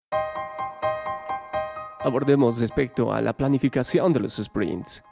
Abordemos respecto a la planificación de los sprints.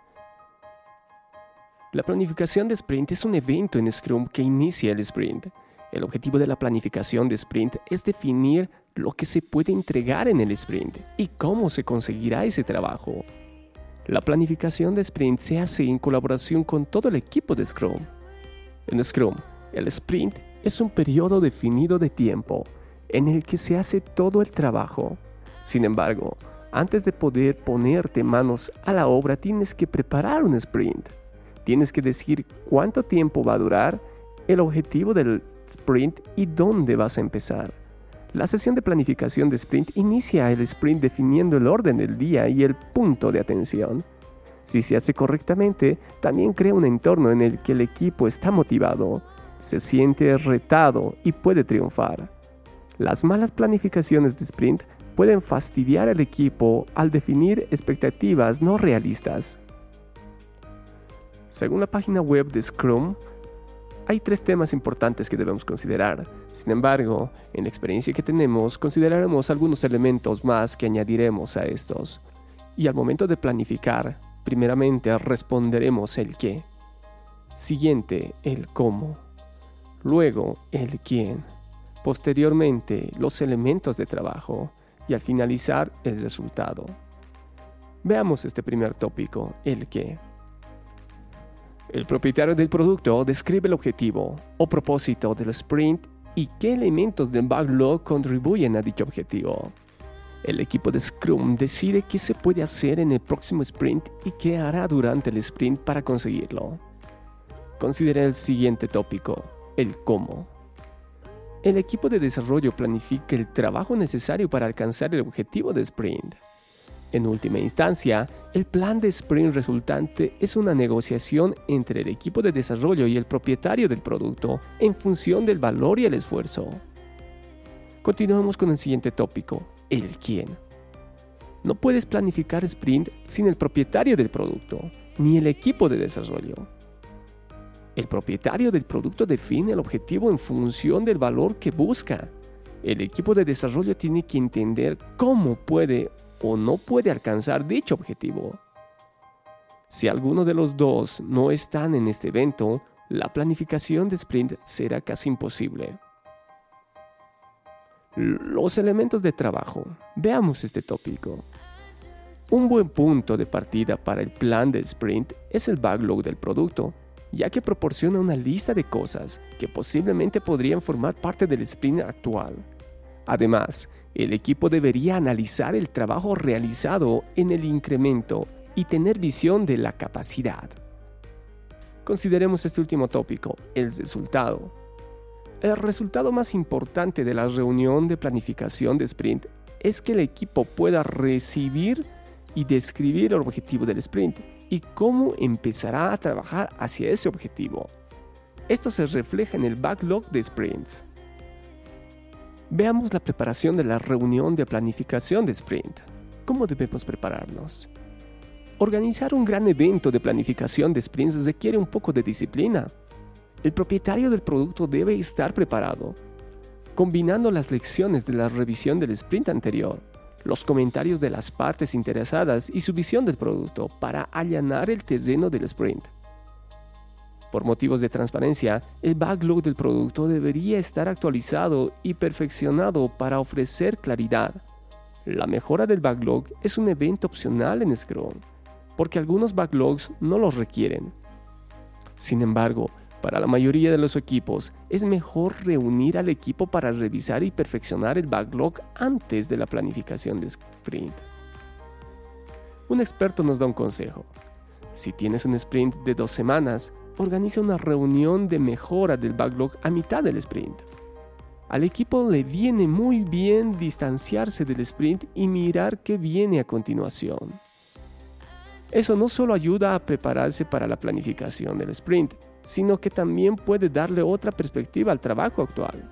La planificación de sprint es un evento en Scrum que inicia el sprint. El objetivo de la planificación de sprint es definir lo que se puede entregar en el sprint y cómo se conseguirá ese trabajo. La planificación de sprint se hace en colaboración con todo el equipo de Scrum. En Scrum, el sprint es un periodo definido de tiempo en el que se hace todo el trabajo. Sin embargo, antes de poder ponerte manos a la obra, tienes que preparar un sprint. Tienes que decir cuánto tiempo va a durar, el objetivo del sprint y dónde vas a empezar. La sesión de planificación de sprint inicia el sprint definiendo el orden del día y el punto de atención. Si se hace correctamente, también crea un entorno en el que el equipo está motivado, se siente retado y puede triunfar. Las malas planificaciones de sprint pueden fastidiar al equipo al definir expectativas no realistas. Según la página web de Scrum, hay 3 temas importantes que debemos considerar. Sin embargo, en la experiencia que tenemos, consideraremos algunos elementos más que añadiremos a estos. Y al momento de planificar, primeramente responderemos el qué. Siguiente, el cómo. Luego, el quién. Posteriormente, los elementos de trabajo. Y al finalizar, el resultado. Veamos este primer tópico, el qué. El propietario del producto describe el objetivo o propósito del sprint y qué elementos del backlog contribuyen a dicho objetivo. El equipo de Scrum decide qué se puede hacer en el próximo sprint y qué hará durante el sprint para conseguirlo. Considera el siguiente tópico, el cómo. El equipo de desarrollo planifica el trabajo necesario para alcanzar el objetivo de sprint. En última instancia, el plan de sprint resultante es una negociación entre el equipo de desarrollo y el propietario del producto en función del valor y el esfuerzo. Continuamos con el siguiente tópico, el quién. No puedes planificar sprint sin el propietario del producto, ni el equipo de desarrollo. El propietario del producto define el objetivo en función del valor que busca. El equipo de desarrollo tiene que entender cómo puede o no puede alcanzar dicho objetivo. Si alguno de los dos no están en este evento, la planificación de sprint será casi imposible. Los elementos de trabajo. Veamos este tópico. Un buen punto de partida para el plan de sprint es el backlog del producto, ya que proporciona una lista de cosas que posiblemente podrían formar parte del sprint actual. Además, el equipo debería analizar el trabajo realizado en el incremento y tener visión de la capacidad. Consideremos este último tópico, el resultado. El resultado más importante de la reunión de planificación de sprint es que el equipo pueda recibir y describir el objetivo del sprint y cómo empezará a trabajar hacia ese objetivo. Esto se refleja en el backlog de sprints. Veamos la preparación de la reunión de planificación de sprint. ¿Cómo debemos prepararnos? Organizar un gran evento de planificación de sprints requiere un poco de disciplina. El propietario del producto debe estar preparado, combinando las lecciones de la revisión del sprint anterior, los comentarios de las partes interesadas y su visión del producto para allanar el terreno del sprint. Por motivos de transparencia, el backlog del producto debería estar actualizado y perfeccionado para ofrecer claridad. La mejora del backlog es un evento opcional en Scrum, porque algunos backlogs no los requieren. Sin embargo, para la mayoría de los equipos, es mejor reunir al equipo para revisar y perfeccionar el backlog antes de la planificación de sprint. Un experto nos da un consejo. Si tienes un sprint de 2 semanas, organiza una reunión de mejora del backlog a mitad del sprint. Al equipo le viene muy bien distanciarse del sprint y mirar qué viene a continuación. Eso no solo ayuda a prepararse para la planificación del sprint, sino que también puede darle otra perspectiva al trabajo actual.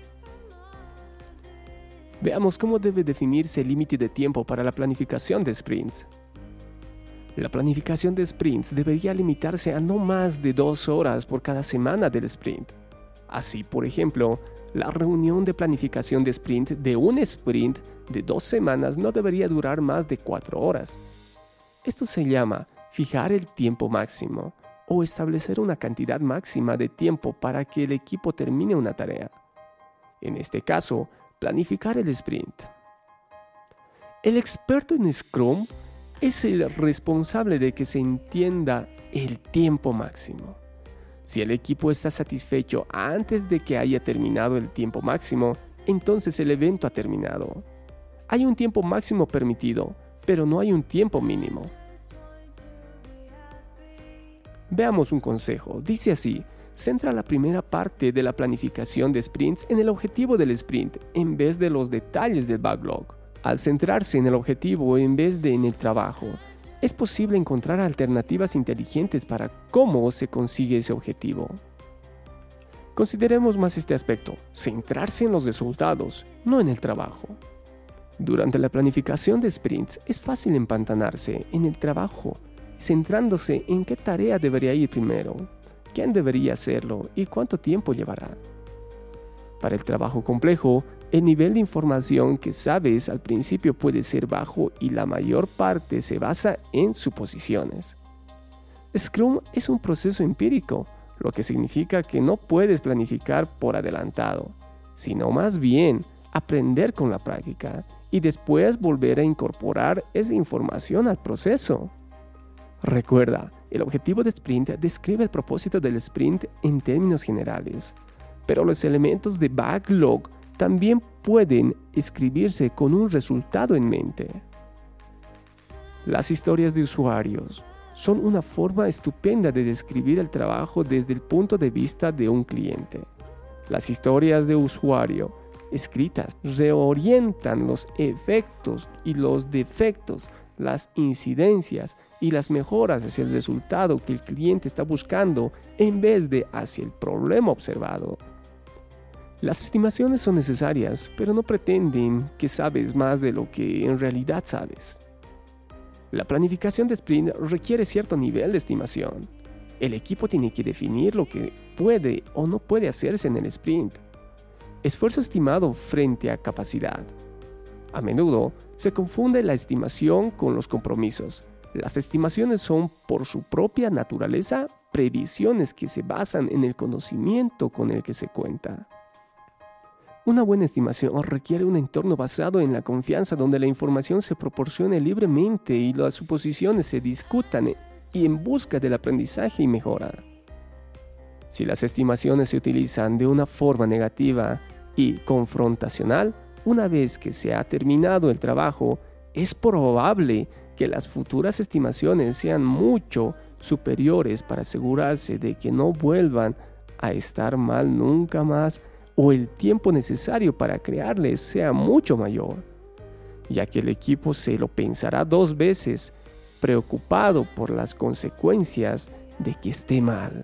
Veamos cómo debe definirse el límite de tiempo para la planificación de sprints. La planificación de sprints debería limitarse a no más de 2 horas por cada semana del sprint. Así, por ejemplo, La reunión de planificación de sprint de un sprint de 2 semanas no debería durar más de 4 horas. Esto se llama fijar el tiempo máximo o establecer una cantidad máxima de tiempo para que el equipo termine una tarea. En este caso, planificar el sprint. El experto en Scrum es el responsable de que se entienda el tiempo máximo. Si el equipo está satisfecho antes de que haya terminado el tiempo máximo, entonces el evento ha terminado. Hay un tiempo máximo permitido, pero no hay un tiempo mínimo. Veamos un consejo. Dice así: centra la primera parte de la planificación de sprints en el objetivo del sprint en vez de los detalles del backlog. Al centrarse en el objetivo en vez de en el trabajo, es posible encontrar alternativas inteligentes para cómo se consigue ese objetivo. Consideremos más este aspecto: centrarse en los resultados, no en el trabajo. Durante la planificación de sprints es fácil empantanarse en el trabajo, centrándose en qué tarea debería ir primero, quién debería hacerlo y cuánto tiempo llevará. Para el trabajo complejo, el nivel de información que sabes al principio puede ser bajo y la mayor parte se basa en suposiciones. Scrum es un proceso empírico, lo que significa que no puedes planificar por adelantado, sino más bien aprender con la práctica y después volver a incorporar esa información al proceso. Recuerda, el objetivo de sprint describe el propósito del sprint en términos generales, pero los elementos de backlog también pueden escribirse con un resultado en mente. Las historias de usuarios son una forma estupenda de describir el trabajo desde el punto de vista de un cliente. Las historias de usuario escritas reorientan los efectos y los defectos, las incidencias y las mejoras hacia el resultado que el cliente está buscando en vez de hacia el problema observado. Las estimaciones son necesarias, pero no pretenden que sabes más de lo que en realidad sabes. La planificación de sprint requiere cierto nivel de estimación. El equipo tiene que definir lo que puede o no puede hacerse en el sprint. Esfuerzo estimado frente a capacidad. A menudo se confunde la estimación con los compromisos. Las estimaciones son, por su propia naturaleza, previsiones que se basan en el conocimiento con el que se cuenta. Una buena estimación requiere un entorno basado en la confianza donde la información se proporcione libremente y las suposiciones se discutan y en busca del aprendizaje y mejora. Si las estimaciones se utilizan de una forma negativa y confrontacional, una vez que se ha terminado el trabajo, es probable que las futuras estimaciones sean mucho superiores para asegurarse de que no vuelvan a estar mal nunca más, o el tiempo necesario para crearles sea mucho mayor, ya que el equipo se lo pensará 2 veces, preocupado por las consecuencias de que esté mal.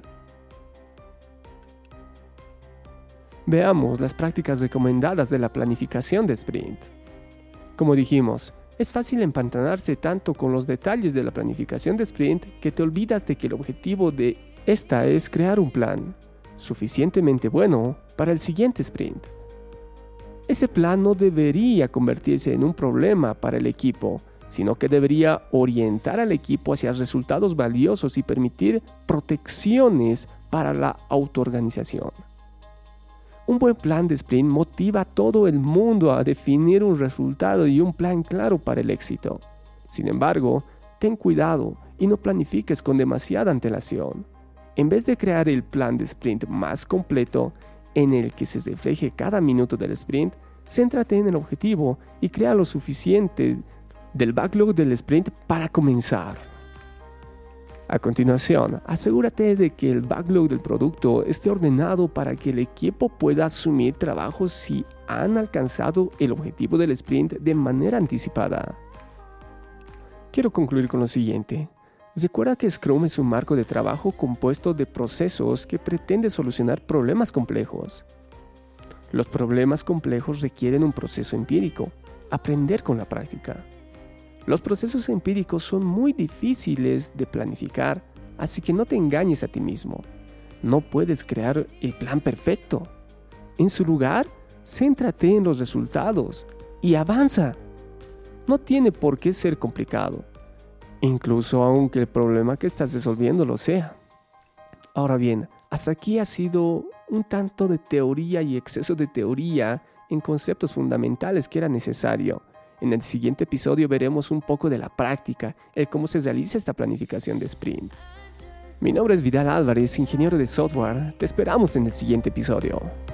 Veamos las prácticas recomendadas de la planificación de sprint. Como dijimos, es fácil empantanarse tanto con los detalles de la planificación de sprint que te olvidas de que el objetivo de esta es crear un plan suficientemente bueno para el siguiente sprint. Ese plan no debería convertirse en un problema para el equipo, sino que debería orientar al equipo hacia resultados valiosos y permitir protecciones para la autoorganización. Un buen plan de sprint motiva a todo el mundo a definir un resultado y un plan claro para el éxito. Sin embargo, ten cuidado y no planifiques con demasiada antelación. En vez de crear el plan de sprint más completo, en el que se refleje cada minuto del sprint, céntrate en el objetivo y crea lo suficiente del backlog del sprint para comenzar. A continuación, asegúrate de que el backlog del producto esté ordenado para que el equipo pueda asumir trabajos si han alcanzado el objetivo del sprint de manera anticipada. Quiero concluir con lo siguiente. Recuerda que Scrum es un marco de trabajo compuesto de procesos que pretende solucionar problemas complejos. Los problemas complejos requieren un proceso empírico, aprender con la práctica. Los procesos empíricos son muy difíciles de planificar, así que no te engañes a ti mismo. No puedes crear el plan perfecto. En su lugar, céntrate en los resultados y avanza. No tiene por qué ser complicado, incluso aunque el problema que estás resolviendo lo sea. Ahora bien, hasta aquí ha sido un tanto de teoría y exceso de teoría en conceptos fundamentales que era necesario. En el siguiente episodio veremos un poco de la práctica, el cómo se realiza esta planificación de sprint. Mi nombre es Vidal Álvarez, ingeniero de software. Te esperamos en el siguiente episodio.